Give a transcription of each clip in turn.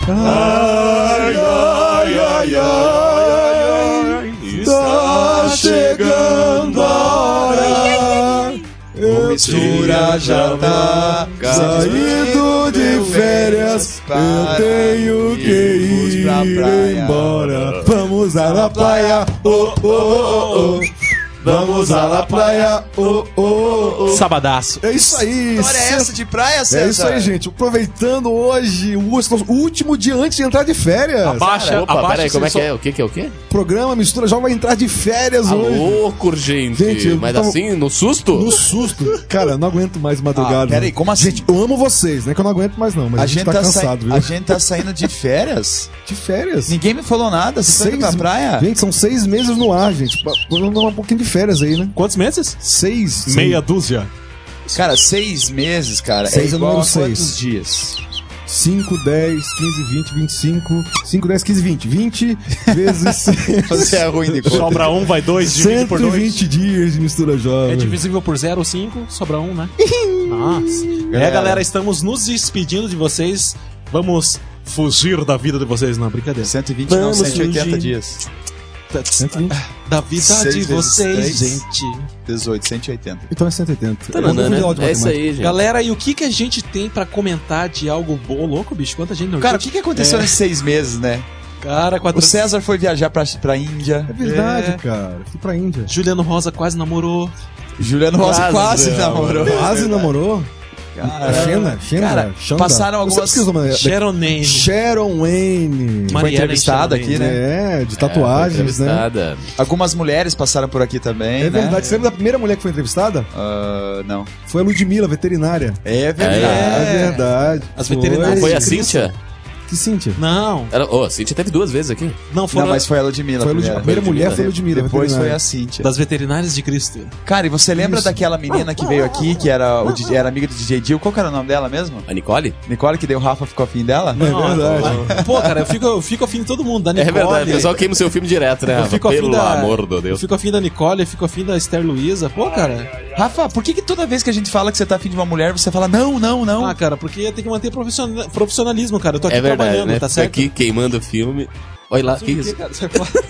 Ai, ai, ai, ai, está chegando a hora. O Mistura já tá saindo de férias. Eu tenho que ir embora. Vamos à la praia, oh, oh, oh, oh. Vamos à la praia, oh, oh, oh. Sabadaço. É isso aí. Que história é essa de praia, César? É isso aí, gente. Aproveitando hoje o último dia antes de entrar de férias. Abaixa, Opa, abaixa. peraí, como é que é? O que é o quê? Programa Mistura já vai entrar de férias hoje. Louco, gente. Mas tava- assim, no susto? No susto. Cara, eu não aguento mais madrugada. peraí, como assim? Gente, eu amo vocês, né? Que eu não aguento mais não, mas a gente tá cansado, viu? A gente tá saindo de férias? De férias. Ninguém me falou nada. Vocês estão indo pra praia? Gente, são 6 meses no ar, gente. Vamos dar um pouquinho de férias aí, né? Quantos meses? 6. Meia dúzia. Cara, 6 meses, cara. Seis é é igual número a quantos seis. dias? 5, 10, 15, 20, 25. 5, 10, 15, 20. 20 vezes Você é ruim de conta. Sobra um, vai dois, divide por dois. 120 dias de Mistura Jovem. É divisível por 0 ou 5, sobra 1, né? Nossa. Galera, estamos nos despedindo de vocês. Vamos fugir da vida de vocês, não, brincadeira. 120 não, Vamos 180 fugir. dias. 120. Da vida Seis de vezes vocês, três. gente. 18, 180. Então é 180. Tanana, né? É isso aí, gente. Galera, e o que a gente tem pra comentar de algo bom? Louco, bicho? Quanta gente não... Cara, o que aconteceu nesses 6 meses, né? Cara, O César foi viajar pra Índia. É verdade, É. cara. Fui pra Índia. Juliano Rosa quase namorou. Juliano Rosa quase não. namorou. Quase namorou. Cara, Xena. passaram algumas- Sharon Name. Sharon Wayne. Foi entrevistada aqui, né? É, de tatuagens, né? Entrevistada. Algumas mulheres passaram por aqui também, É né? verdade. Você lembra da primeira mulher que foi entrevistada? Não. Foi a Ludmilla, veterinária. É verdade. É verdade. As veterinárias. Foi a Cíntia? Que Cíntia? Não, A Cíntia teve 2 vezes aqui. não foram Não, mas foi a Ludmilla. Foi a primeiro. primeira mulher foi a Ludmilla. Depois foi veterinária. a Cíntia. das veterinárias de Cristo. Cara, e você lembra daquela menina que veio aqui, que era, era amiga do DJ Dil? Qual que era o nome dela mesmo? A Nicole? Nicole, que deu o Rafa ficou afim dela? É verdade. Pô, cara, eu fico afim de todo mundo. Da É Nicole. verdade, o pessoal queima o seu filme direto, né? Eu Rafa? fico afim Pelo da... amor de Eu Deus. fico afim da Nicole, eu fico afim da Esther Luiza. Pô, cara. Rafa, por que toda vez que a gente fala que você tá afim de uma mulher, você fala não, não, não? Ah, cara, porque tem que manter profissionalismo, cara. Eu tô aqui É verdade, trabalhando, né? tá Tô certo? aqui queimando o filme. Olha lá, que isso? Cara, sai fora.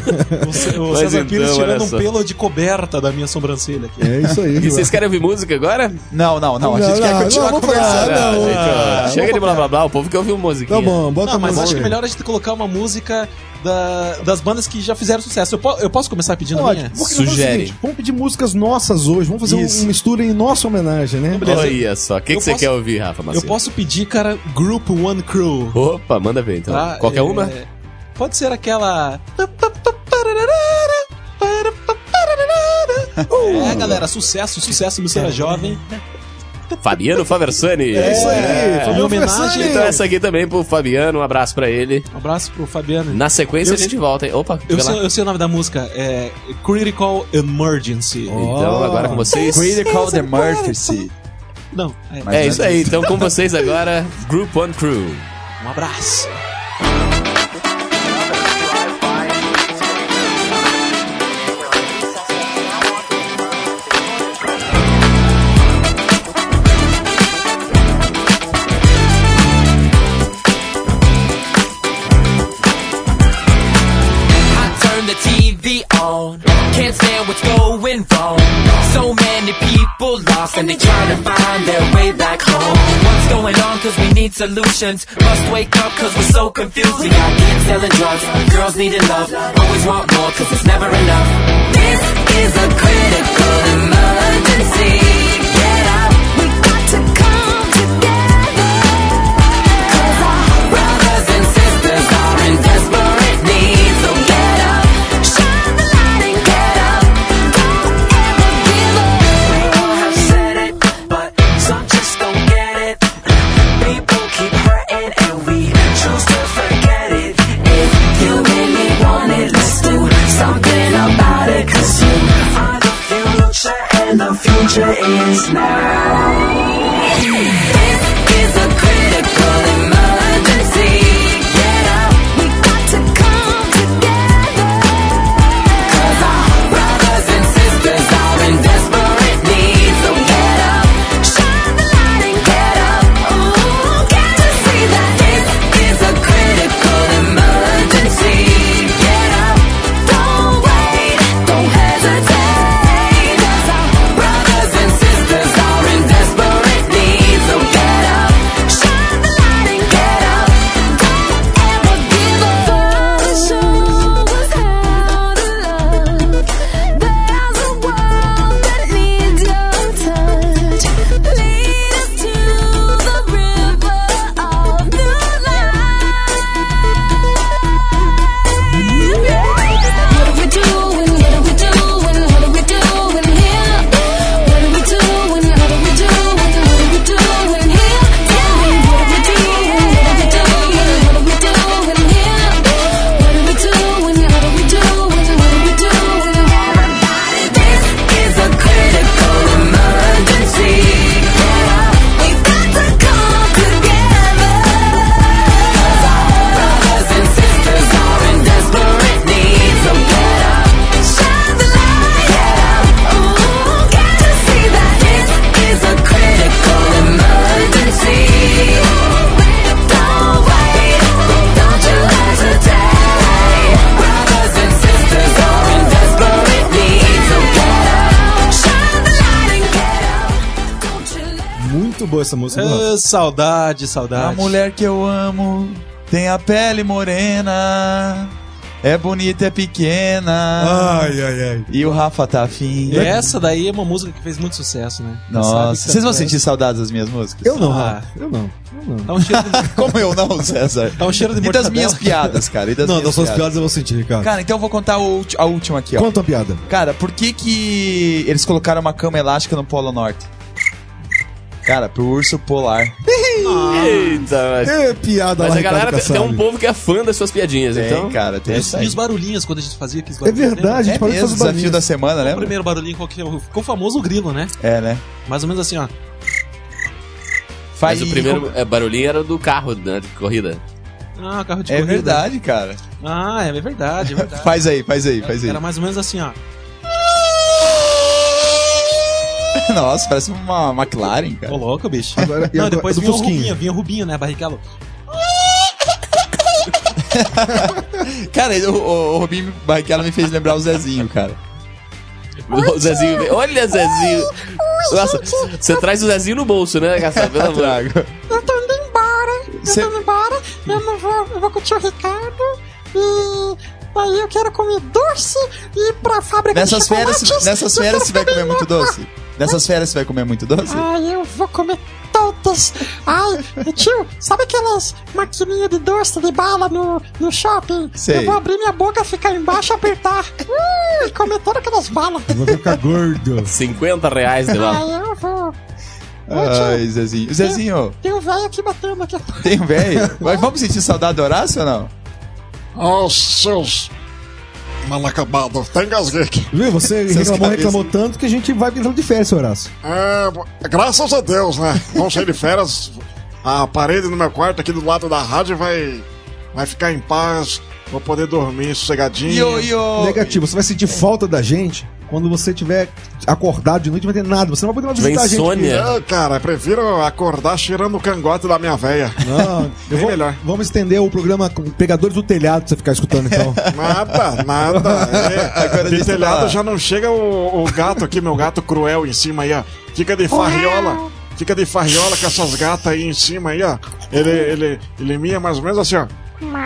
O Mas César então, Pires olha tirando um só. pelo de coberta da minha sobrancelha aqui. É isso aí. E vocês querem ouvir música agora? Não, a gente quer continuar vamos conversando. falar, não. Gente, ó, chega vamos de blá blá blá, o povo quer ouvir musiquinha. Tá bom, bota Não, mas música acho que é aí. melhor a gente colocar uma música das bandas que já fizeram sucesso. Eu posso começar pedindo a Pode, minha? porque vamos fazer o Sugere. seguinte, vamos pedir músicas nossas hoje. Vamos fazer Isso. uma mistura em nossa homenagem, né? Beleza. Olha só, o que Eu você posso- quer ouvir, Rafa Eu Macedo? posso pedir, cara, Group One Crew. Opa, manda ver então. Tá? Qualquer uma? Pode ser aquela. Galera, sucesso, Mistura Jovem. Fabiano Faversani. É isso aí. Em Fabiano homenagem, Farsani. Então essa aqui também pro Fabiano, um abraço pra ele. Um abraço pro Fabiano. Na sequência Eu a gente volta, hein? Opa, Eu vai lá. sei o nome da música, é Critical Emergency. Então agora com vocês. Critical Emergency. Não, É isso aí, então com vocês agora, Group One Crew. um abraço. Turn the TV on. Can't stand what's going wrong. So many people lost and they try to find their way back home. What's going on? Cause we need solutions. Must wake up cause we're so confused. We got kids selling drugs, girls needing love. Always want more cause it's never enough. This is a critical emergency. Get up, we got to come together. Cause our brothers and sisters are in desperate need. So get up, shine the light and get up. Don't ever give up. We all have said it, but some just don't get it. People keep hurting and we choose to forget it. If you really want it, let's do something about it. Cause you are the future and the future is now. This is a critical emergency. Get up, we got to come together. Cause our brothers and sisters are in desperate need. So get up, shine the light and get up. Ooh, can't you see that this is a critical Muito boa essa música. Saudade. A mulher que eu amo tem a pele morena, é bonita, é pequena. Ai. E o Rafa tá afim. Essa daí é uma música que fez muito sucesso, né? Nossa, vocês vão sentir saudades das minhas músicas? Eu não, Ah. eu não. Tá um cheiro de, Como eu não, César? tá um cheiro de E das mortadela. minhas piadas, cara. E das Não, minhas das suas piadas eu vou sentir, Ricardo. Cara, então eu vou contar a última aqui, ó. Conta uma piada. Cara, por que eles colocaram uma cama elástica no Polo Norte? Cara, pro urso polar. Eita, Piada mas lá, a galera Ricardo tem um Kassab. povo que é fã das suas piadinhas, então. Cara, tem isso aí. E os barulhinhos quando a gente fazia aqueles É barulhinhos. verdade, a gente É parou de mesmo, fazer desafio barulhinho. da semana, O lembra? primeiro barulhinho ficou o famoso grilo, né? É, né? Mais ou menos assim, ó. Mas o primeiro barulhinho era do carro, né, de corrida. Ah, carro de É corrida. verdade, cara. Ah, é verdade. Faz aí. Era mais ou menos assim, ó. Nossa, parece uma McLaren, cara. Ô, louco, bicho. Agora- e Não, agora- depois do vinha o Fusquinha. Rubinho, né? Barrichello. Cara, o Robinho Barrichello me fez lembrar o Zezinho, cara. O Zezinho, olha Zezinho. Nossa, você traz o Zezinho no bolso, né, Kassab? Pelo amor. Trago. Eu tô indo embora. Cê- Eu não vou. Eu vou com o tio Ricardo. E daí eu quero comer doce e ir pra fábrica Nessas de chocolates. férias você vai comer muito doce? Nessas férias você vai comer muito doce? Ai, eu vou comer todas. Ai, tio, sabe aquelas maquininhas de doce de bala no shopping? Sei. Eu vou abrir minha boca, ficar embaixo e apertar. E comer todas aquelas balas. Vou ficar gordo. R$50 de lá. Ai, eu vou. Ai, Zezinho. Zezinho, Tem um velho aqui batendo aqui. tem um velho? Mas vamos sentir saudade do Horácio ou não? Ó, seus mal acabados, até engasguei aqui. Viu? Você reclamou tanto que a gente vai entrando de férias, seu Horácio. Graças a Deus, né? Vamos sair de férias. A parede do meu quarto aqui do lado da rádio vai ficar em paz. Vou poder dormir sossegadinho. Negativo, você vai sentir falta da gente quando você tiver acordado de noite, não vai ter nada. Você não vai poder mais Tiver visitar a gente. insônia. Cara, eu prefiro acordar cheirando o cangote da minha véia. Não, Bem melhor. Vamos estender o programa com Pegadores do Telhado pra você ficar escutando, então. Nada. Agora De deixa eu telhado falar. já não chega o gato aqui, meu gato cruel em cima aí, ó. Fica de farriola. Fica de farriola com essas gatas aí em cima aí, ó. Ele mia mais ou menos assim, ó.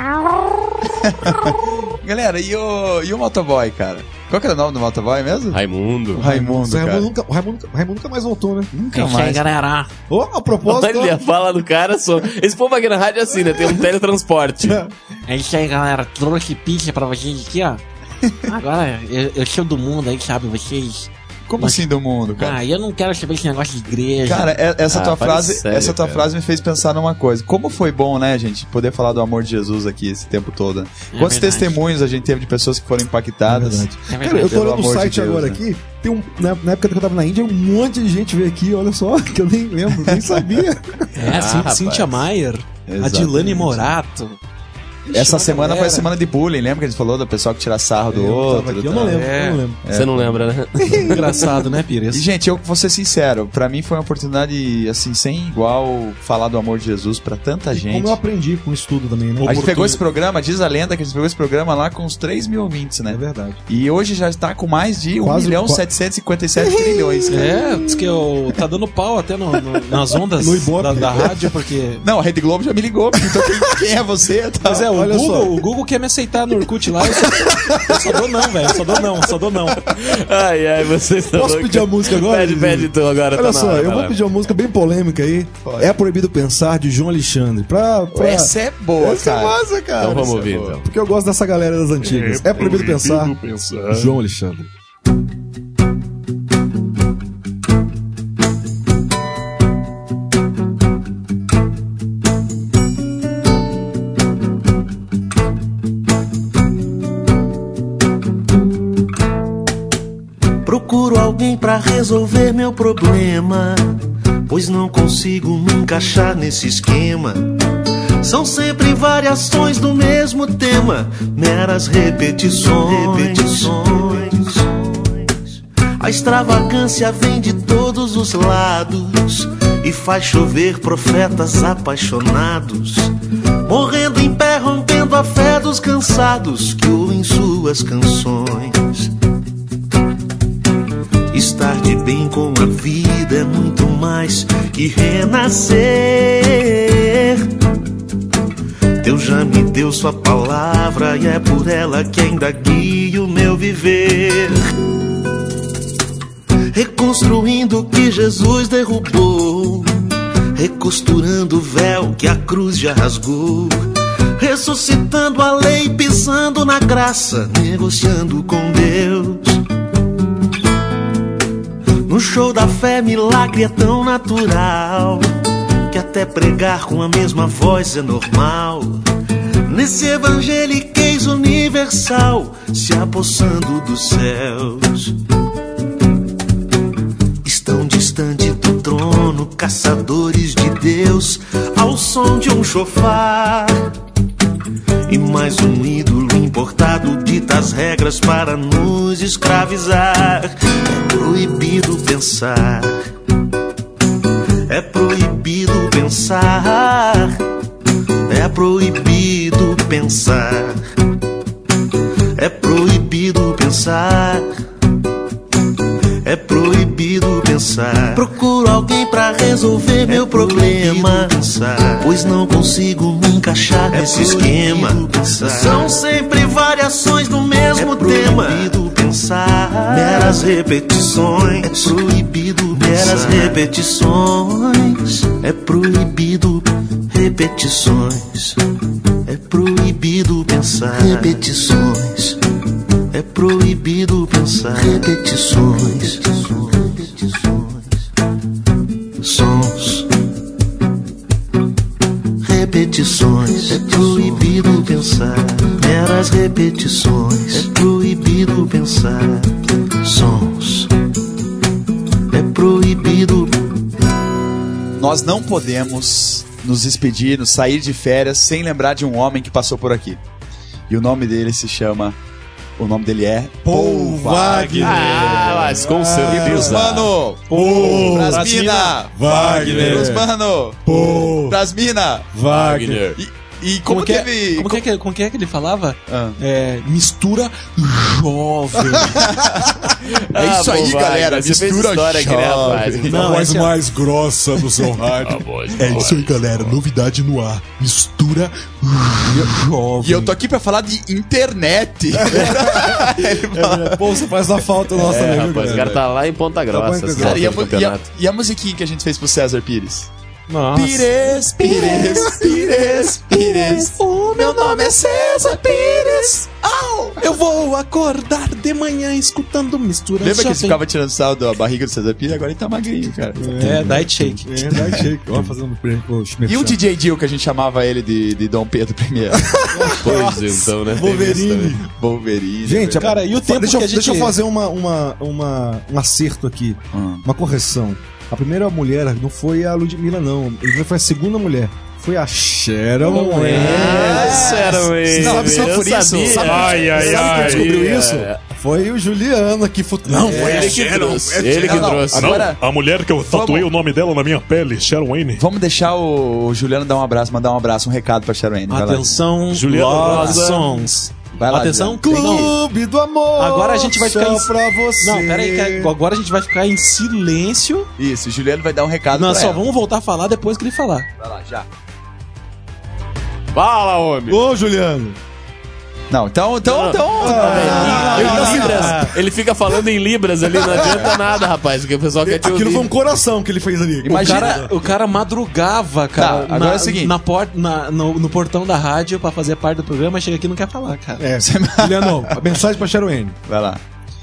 Galera, e o motoboy, cara? Qual que era o nome do motoboy mesmo? Raimundo. O Raimundo, cara. O Raimundo nunca mais voltou, né? Nunca É isso aí, mais. galera. Ô, a propósito... Olha a fala do cara só. Esse povo aqui na rádio é assim, né? Tem um teletransporte. É isso aí, galera. Trouxe pizza pra vocês aqui, ó. Agora, eu sou do mundo aí, sabe? Vocês. Como assim do mundo, cara? Ah, eu não quero saber esse negócio de igreja. Cara, essa tua fala frase, sério, essa tua cara. frase me fez pensar numa coisa. Como foi bom, né, gente, poder falar do amor de Jesus aqui esse tempo todo. Né? Quantos verdade. testemunhos a gente teve de pessoas que foram impactadas? É Cara, verdade. eu tô Pelo olhando o amor de site Deus, agora né? aqui. Tem na época que eu tava na Índia, um monte de gente veio aqui, olha só, que eu nem lembro, nem sabia. Cíntia rapaz. Maier, Exatamente. a Dilane Morato. Essa Ixi, semana galera. foi a semana de bullying, lembra que a gente falou do pessoal que tira sarro do Eu outro? tava aqui, eu e tal? não lembro, É. eu não lembro. Você não lembra, né? Engraçado, né, Pires? E, gente, eu vou ser sincero, pra mim foi uma oportunidade, assim, sem igual falar do amor de Jesus pra tanta gente. Como eu aprendi com isso tudo também, né? A gente pegou esse programa, diz a lenda que a gente pegou esse programa lá com uns 3 mil ouvintes, né? É verdade. E hoje já está com mais de Quase- 1.757 trilhões, cara. É, diz que tá dando pau até nas ondas No Ibope. da rádio, porque... Não, a Rede Globo já me ligou, perguntou quem é você e tal. Pois é, olha o Google quer me aceitar no Orkut lá, eu só dou não, velho, só dou não. Ai, vocês estão Posso loucos. pedir a música agora? Pede então agora. Olha tá na só, hora, eu vai vou lá. pedir uma música bem polêmica aí. Pode. É Proibido Pensar, de João Alexandre. Essa é boa, Essa cara. é massa, cara. Então vamos Essa é ouvir, boa. então. Porque eu gosto dessa galera das antigas. É Proibido Pensar, João Alexandre. Procuro alguém pra resolver meu problema, pois não consigo me encaixar nesse esquema. São sempre variações do mesmo tema, meras repetições. A extravagância vem de todos os lados e faz chover profetas apaixonados, morrendo em pé, rompendo a fé dos cansados que ouvem suas canções. Estar de bem com a vida é muito mais que renascer. Deus já me deu sua palavra e é por ela que ainda guio o meu viver. Reconstruindo o que Jesus derrubou, recosturando o véu que a cruz já rasgou, ressuscitando a lei, pisando na graça, negociando com Deus. No show da fé, milagre é tão natural que até pregar com a mesma voz é normal. Nesse evangeliquez universal, se apossando dos céus. Estão distante do trono, caçadores de Deus, ao som de um chofar. E mais um ídolo importado dita as regras para nos escravizar. É proibido pensar, é proibido pensar, é proibido pensar, é proibido pensar, é proibido pensar. Procuro alguém pra resolver meu problema, pois não consigo me encaixar nesse esquema. São sempre variações do mesmo tema. É proibido pensar, meras repetições. É proibido meras repetições. É proibido repetições. É proibido pensar repetições. É proibido pensar repetições. Sons, repetições. É proibido pensar meras repetições. É proibido pensar sons. É proibido. Nós não podemos nos despedir, nos sair de férias sem lembrar de um homem que passou por aqui. E o nome dele se chama... O nome dele é Paul Wagner. Ah, mas com certeza. Mano, Brasmina, Wagner. Mano, Brasmina, Wagner. E como que teve... Como que é que ele falava? Ah. Mistura jovem. É isso aí, Wagner, galera. você fez Mistura história aqui, né, rapaz? jovem. A voz mais grossa do seu rádio. É isso aí, galera. Novidade no ar. Mistura jovem. E eu tô aqui pra falar de internet. Pô, você faz a falta nossa mesmo, Rapaz, o cara tá lá em Ponta Grossa. Ponta essa Cara, altura do campeonato. e a musiquinha que a gente fez pro César Pires? Nossa. Pires, Pires, Pires, Pires. O meu nome é César Pires. Eu vou acordar de manhã escutando mistura Lembra que jovem. você ficava tirando sal da barriga do César Pires? Agora ele tá magrinho, cara. Diet shake. Dá shake. Ó, fazendo E o DJ Dio, que a gente chamava ele de Dom Pedro I. Pois então, né? Wolverine. Gente, Cara, e o tempo deixa, que a gente... deixa eu fazer um acerto aqui, uma correção. A primeira mulher não foi a Ludmilla, não. Foi a segunda mulher. Foi a Sharon Sharon Wayne. Sabe só por isso? Sabia. Sabe quem descobriu isso? Foi o Juliano que Não, Foi ele que trouxe. Ele que trouxe. Agora, A mulher que eu tatuei o nome dela na minha pele, Sharon Wayne. vamos deixar o Juliano dar um abraço, mandar um abraço, um recado pra Sharon Wayne. Vai lá. Atenção, Juliano Love Rosa. Songs. Vai lá, Atenção, Clube do Amor. Agora a gente vai ficar só pra você. Não, pera aí, que agora a gente vai ficar em silêncio. Isso, o Juliano vai dar um recado Nós pra só ela. vamos voltar a falar depois que ele falar. Vai lá, já. Fala, homem. Ô, Juliano. Não, então... Em Libras. Ele fica falando em Libras ali, não adianta nada, rapaz, porque o pessoal quer te Aquilo ouvir. foi um coração que ele fez ali. Imagina- O cara madrugava, cara. Tá, agora é o seguinte. No portão da rádio pra fazer parte do programa, chega aqui e não quer falar, cara. É, Juliano, a mensagem pra Sharon Wayne. Vai lá.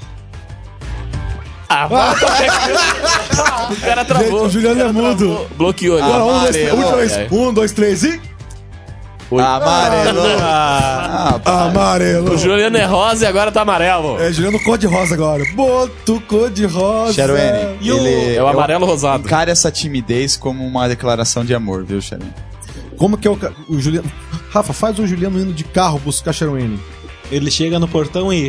O cara travou. Gente, o Juliano é mudo. Bloqueou ali. Agora, 1, 2, 3 e... Amarelo. Amarelo. O Juliano é rosa e agora tá amarelo. É, Juliano cor de rosa agora. Boto cor de rosa. Sharon Wayne, E o- ele... É o amarelo rosado. Encare essa timidez como uma declaração de amor, viu, Sharon? Como que é o Juliano... Rafa, faz o Juliano indo de carro buscar Sharon Wayne. Ele chega no portão e...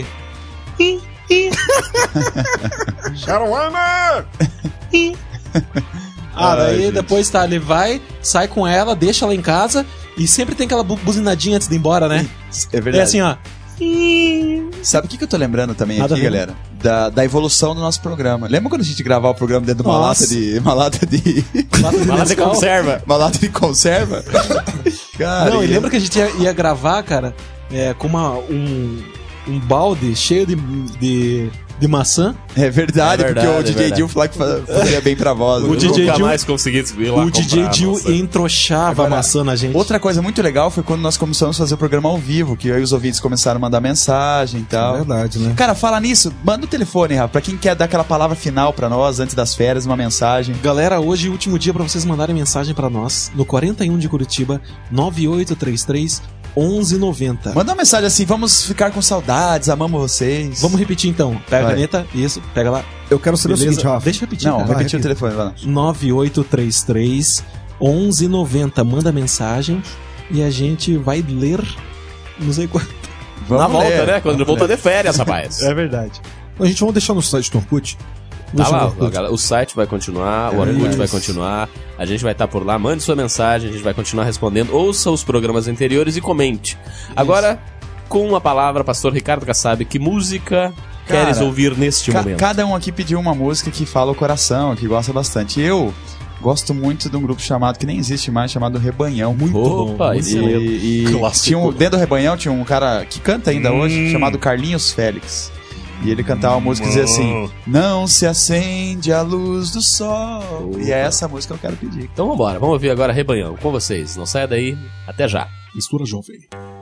Sharon Wayne! Daí depois tá, ele vai, sai com ela, deixa ela em casa e sempre tem aquela buzinadinha antes de ir embora, né? É verdade. É assim, ó. Sabe o que eu tô lembrando também Nada aqui, a ver. galera? Da evolução do nosso programa. Lembra quando a gente gravava o programa dentro de uma Nossa. lata de Fala de conserva. uma lata de conserva? Cara, Não, e lembra que a gente ia gravar, cara, com um balde cheio de maçã? É verdade, É verdade, porque o DJ verdade. Dil falou que fazia bem pra voz. O DJ Nunca Dil- mais consegui ir lá O DJ comprar, Dil nossa. entrochava Agora, a maçã na gente. Outra coisa muito legal foi quando nós começamos a fazer o programa ao vivo, que aí os ouvintes começaram a mandar mensagem e tal. Verdade, né? Cara, fala nisso, manda o telefone, Rafa, pra quem quer dar aquela palavra final pra nós antes das férias, uma mensagem. Galera, hoje é o último dia pra vocês mandarem mensagem pra nós no 41 de Curitiba, 9833 1190. Manda uma mensagem assim, vamos ficar com saudades, amamos vocês. Vamos repetir então. Pega Vai. a caneta, isso, pega lá. Eu quero saber o Beleza? seguinte, Rafa. Deixa eu repetir, Não, cara. repetir o telefone, vai lá. 9833 1190. Manda mensagem e a gente vai ler. Não sei quanto. Vamos Na volta, ler. né? Quando Vamos volta ler. de férias, rapaz. verdade. A gente vai deixar no site do Orkut. Tá lá, galera, o site vai continuar, o Orkut isso. vai continuar, a gente vai estar por lá, mande sua mensagem, a gente vai continuar respondendo, ouça os programas anteriores e comente. Agora, com uma palavra, pastor Ricardo Kassab, que música queres ouvir neste momento? Cada um aqui pediu uma música que fala o coração, que gosta bastante. Eu gosto muito de um grupo chamado, que nem existe mais, chamado Rebanhão. Muito Opa, esse mesmo. E Clássico. tinha dentro do Rebanhão tinha um cara que canta ainda hoje, chamado Carlinhos Félix. E ele cantava uma música que dizia assim: não se acende a luz do sol. E é essa música que eu quero pedir. Então vambora, vamos ouvir agora Rebanhão, com vocês. Não saia daí, até já. Mistura jovem.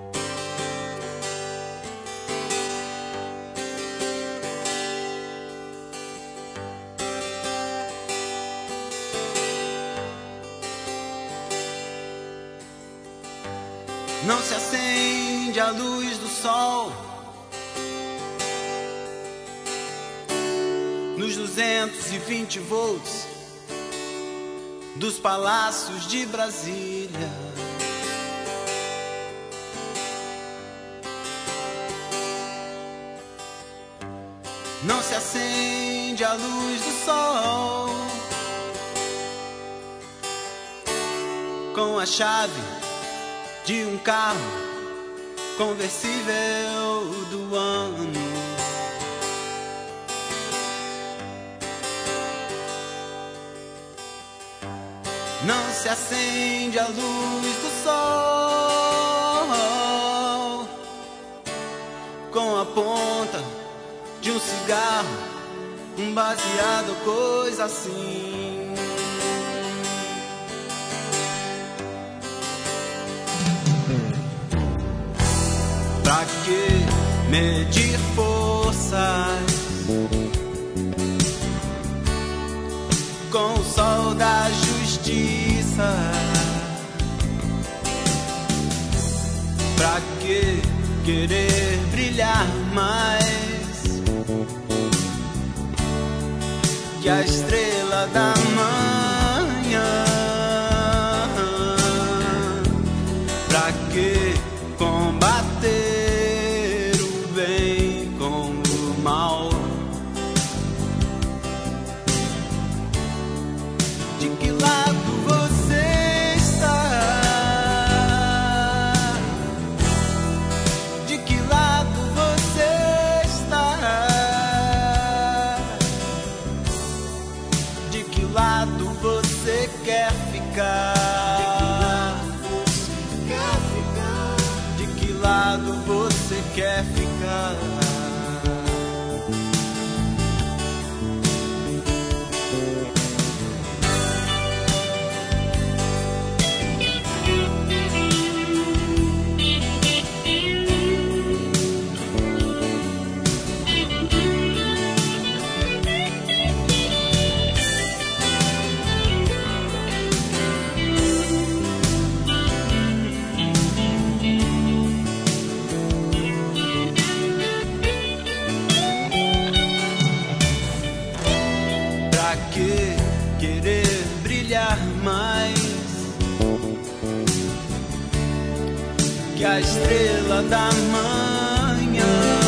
Não se acende a luz do sol nos 220 volts dos palácios de Brasília. Não se acende a luz do sol com a chave de um carro conversível do ano. Não se acende a luz do sol com a ponta de um cigarro, um baseado, coisa assim. Pra que medir forças com o sol da justiça? Pra que querer brilhar mais que a estrela da manhã? Pra que combater o bem com o mal? De que lado você está? De que lado você está? De que lado você quer ficar? De que lado você quer ficar? Pra que querer brilhar mais que a estrela da manhã?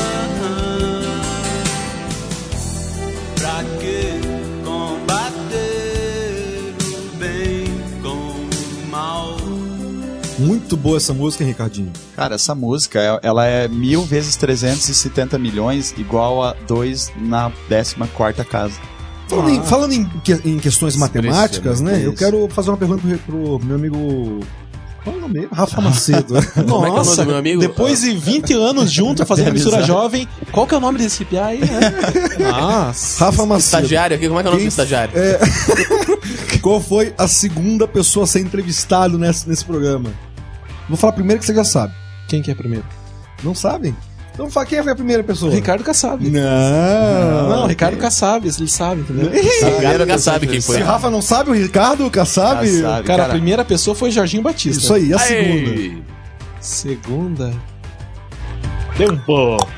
Pra que combater o bem com o mal? Muito boa essa música, hein, Ricardinho? Cara, essa música, ela é 1000 vezes 370 milhões, igual a 2 na 14ª casa. Falando em questões matemáticas, né? Eu quero fazer uma pergunta pro meu amigo... Qual é o nome dele? Rafa Macedo. Como é que é o nome do meu amigo? Depois de 20 anos junto fazendo mistura jovem, qual que é o nome desse piá aí? Nossa. Rafa Macedo. Estagiário aqui, como é que é o nome do estagiário? Qual foi a segunda pessoa a ser entrevistada nesse programa? Vou falar primeiro que você já sabe. Quem que é primeiro? Não sabem? Então fala quem foi a primeira pessoa. Ricardo Kassab. Não, Ricardo Kassab, ele sabe, entendeu? Ricardo Kassab quem foi. Se Rafa não sabe, o Ricardo Kassab. Cara, a primeira pessoa foi Jorginho Batista. Isso aí, a segunda. Segunda. Tempo.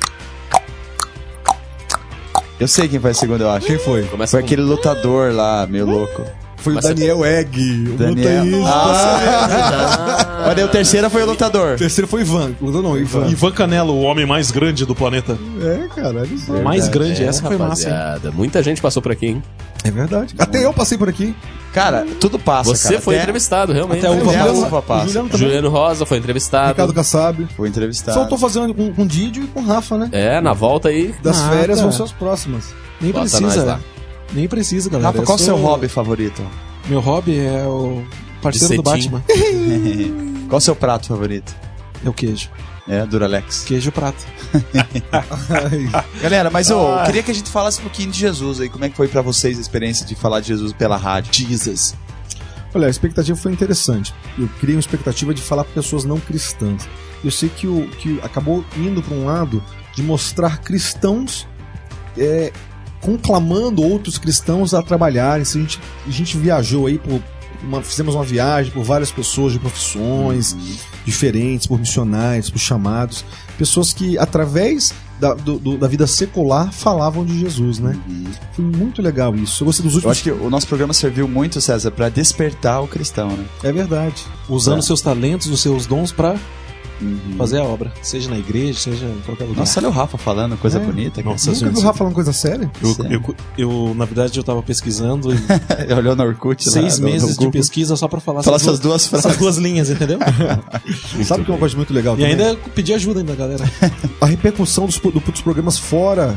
Eu sei quem foi a segunda, eu acho. Quem foi? Foi aquele lutador lá, meio louco. Foi o Daniel Egg, o Daniel. luteísta. Olha, o terceiro foi o lutador. O terceiro foi Ivan. Não, Ivan. Ivan Canelo, o homem mais grande do planeta. É, cara. Mais grande, essa foi massa, hein? Muita gente passou por aqui, hein? É verdade. Até eu passei por aqui. Cara, tudo passa, Você cara. foi entrevistado, realmente. Até a uva passa. Juliano Rosa foi entrevistado. Ricardo Kassab. Foi entrevistado. Só tô fazendo com o Didio e com o Rafa, né? É, na volta aí. Das férias vão ser as próximas. Nem Bota precisa. nós lá. Nem precisa, galera. Rafa, qual é o seu hobby favorito? Meu hobby é o parceiro do Batman. Qual é o seu prato favorito? É o queijo. É, Duralex. Queijo prato. Galera, mas eu queria que a gente falasse um pouquinho de Jesus aí. Como é que foi pra vocês a experiência de falar de Jesus pela rádio? Jesus. Olha, a expectativa foi interessante. Eu criei uma expectativa de falar para pessoas não cristãs. Eu sei que acabou indo para um lado de mostrar cristãos conclamando outros cristãos a trabalharem. A gente viajou aí fizemos uma viagem por várias pessoas de profissões diferentes, por missionários, por chamados, pessoas que através da vida secular falavam de Jesus, né? Foi muito legal isso. Eu gostei dos últimos... Eu acho que o nosso programa serviu muito, César, pra despertar o cristão, né? É verdade. Usando seus talentos, os seus dons pra fazer a obra, seja na igreja, seja em qualquer lugar. Nossa, olha o Rafa falando coisa bonita. Nossa, nunca viu o Rafa falando coisa séria? Eu, na verdade, eu tava pesquisando e olhou no Orkut 6 meses de pesquisa só pra falar essas duas frases. Essas duas linhas, entendeu? Sabe o que é uma coisa muito legal e também? ainda pedi ajuda ainda, galera. A repercussão dos programas fora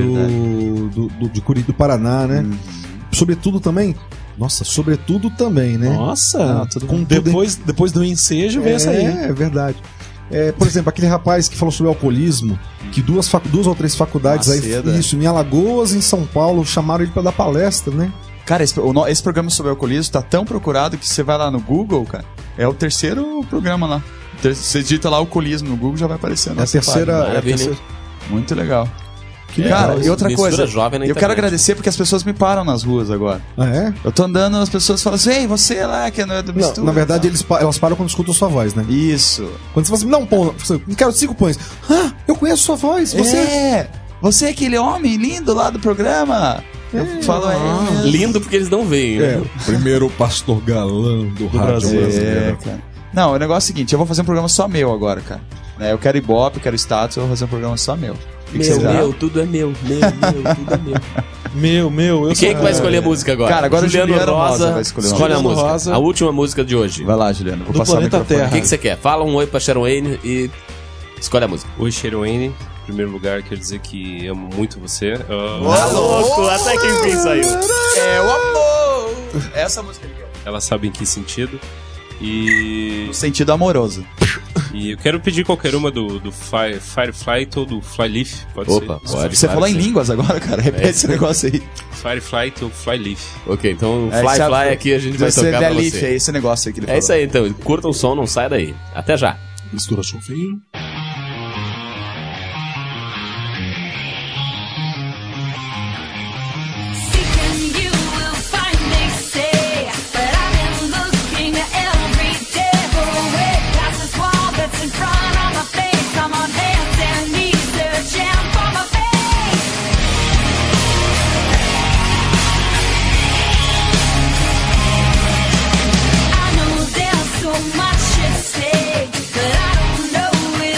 do Paraná, né? Sobretudo também, né? Nossa, depois do ensejo veio essa aí. É verdade. Por exemplo, aquele rapaz que falou sobre alcoolismo, que duas ou três faculdades em Alagoas e em São Paulo chamaram ele pra dar palestra, né? Cara, esse programa sobre alcoolismo tá tão procurado que você vai lá no Google, cara, é o terceiro programa lá. Você digita lá alcoolismo no Google, já vai aparecer. É a terceira. Muito legal. Cara, e outra coisa, eu quero agradecer porque as pessoas me param nas ruas agora. Ah, é? Eu tô andando, as pessoas falam assim, ei, você lá que não é do Mistura. Na verdade, elas param quando escutam sua voz, né? Isso. Quando você fala assim, não, pão, não quero 5 pães. Ah, eu conheço sua voz. Você é aquele homem lindo lá do programa. Eu falo, lindo porque eles não veem, né? Primeiro pastor galã do rádio brasileiro. Cara. Não, o negócio é o seguinte, eu vou fazer um programa só meu agora, cara. Eu quero Ibope, eu quero status, eu vou fazer um programa só meu. Tudo é meu, tudo é meu. Meu. E quem é que vai escolher a música agora? Cara, agora Juliano Rosa vai escolher escolhe a música. A última música de hoje. Vai lá, Juliano. Vou do passar Planeta o microfone. Terra. O que você quer? Fala um oi pra Sharon Wayne e escolhe a música. Oi, Sharon Wayne. Em primeiro lugar, quero dizer que amo muito você. Tá louco, até que enfim saiu. É o amor. Essa música aqui. Ela sabe em que sentido. E... no sentido amoroso. E eu quero pedir qualquer uma do Fireflight ou do Flyleaf. Pode ser? Pode. Você falou em línguas agora, cara. Repete esse negócio aí. Fireflight ou Flyleaf. Ok, então Fly aqui a gente vai tocar pra você. É esse negócio aí que ele falou. É isso aí, então. Curta o som, não sai daí. Até já. Mistura chovinho. So much at stake, but I don't know if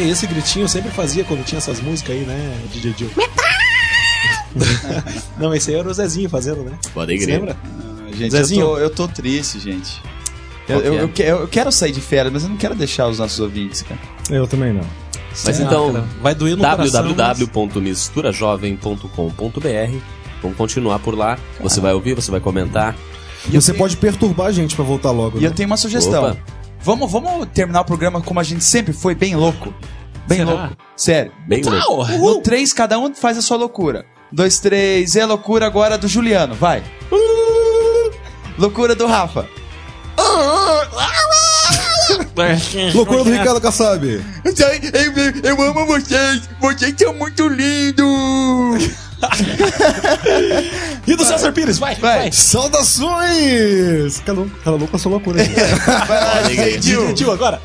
esse gritinho eu sempre fazia quando tinha essas músicas aí, né, DJ Gil? Não, esse aí era o Zezinho fazendo, né? Pode Você crer. lembra? Gente, Zezinho. eu tô triste, gente. Qual que é? Eu quero sair de férias, mas eu não quero deixar os nossos ouvintes, cara. Eu também não. Mas então, cara, vai doer no coração, www.misturajovem.com.br. Vamos continuar por lá. Você vai ouvir, você vai comentar. E você pode perturbar a gente pra voltar logo. E né? eu tenho uma sugestão. Opa. Vamos terminar o programa como a gente sempre foi, bem louco. Bem Será? louco. Sério. Bem louco. No 3, cada um faz a sua loucura. 2, 3, é a loucura agora do Juliano, vai. Loucura do Rafa. Loucura do Ricardo Kassab. Eu amo vocês. Vocês são muito lindos. E do César Pires, vai. Saudações! Cada louco com a sua loucura. Vai lá, DJ Dil. DJ Gil agora.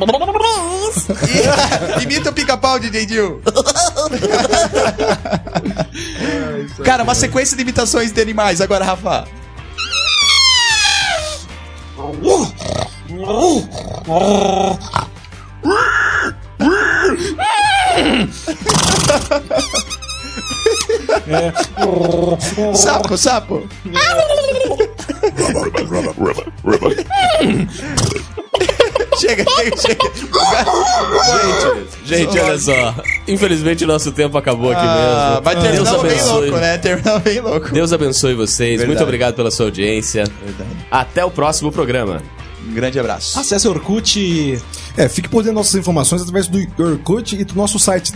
Imita o pica-pau, DJ Dil. Cara, uma sequência de imitações de animais. Agora, Rafa. Sapo. Chega. Gente, olha só. Infelizmente, nosso tempo acabou aqui mesmo. Mas Deus terminou bem abençoe. louco, né? Terminou bem louco. Deus abençoe vocês. Verdade. Muito obrigado pela sua audiência. Verdade. Até o próximo programa. Um grande abraço. Acesse o Orkut. Fique por dentro das nossas informações através do Orkut e do nosso site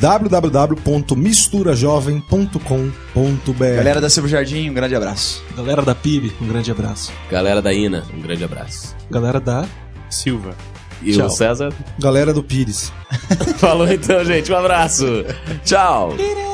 www.misturajovem.com.br. Galera da Silvio Jardim, um grande abraço. Galera da PIB, um grande abraço. Galera da Ina, um grande abraço. Galera da... Silva. E Tchau. o César? Galera do Pires. Falou então, gente. Um abraço. Tchau.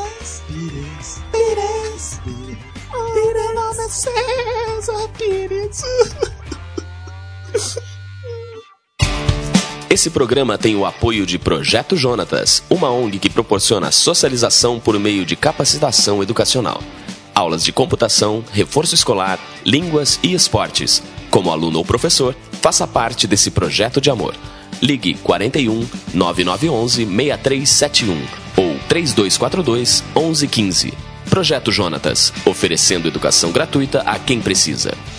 Esse programa tem o apoio de Projeto Jonatas, uma ONG que proporciona socialização por meio de capacitação educacional. Aulas de computação, reforço escolar, línguas e esportes. Como aluno ou professor, faça parte desse projeto de amor. Ligue 41 9911 6371 ou 3242 1115. Projeto Jonatas, oferecendo educação gratuita a quem precisa.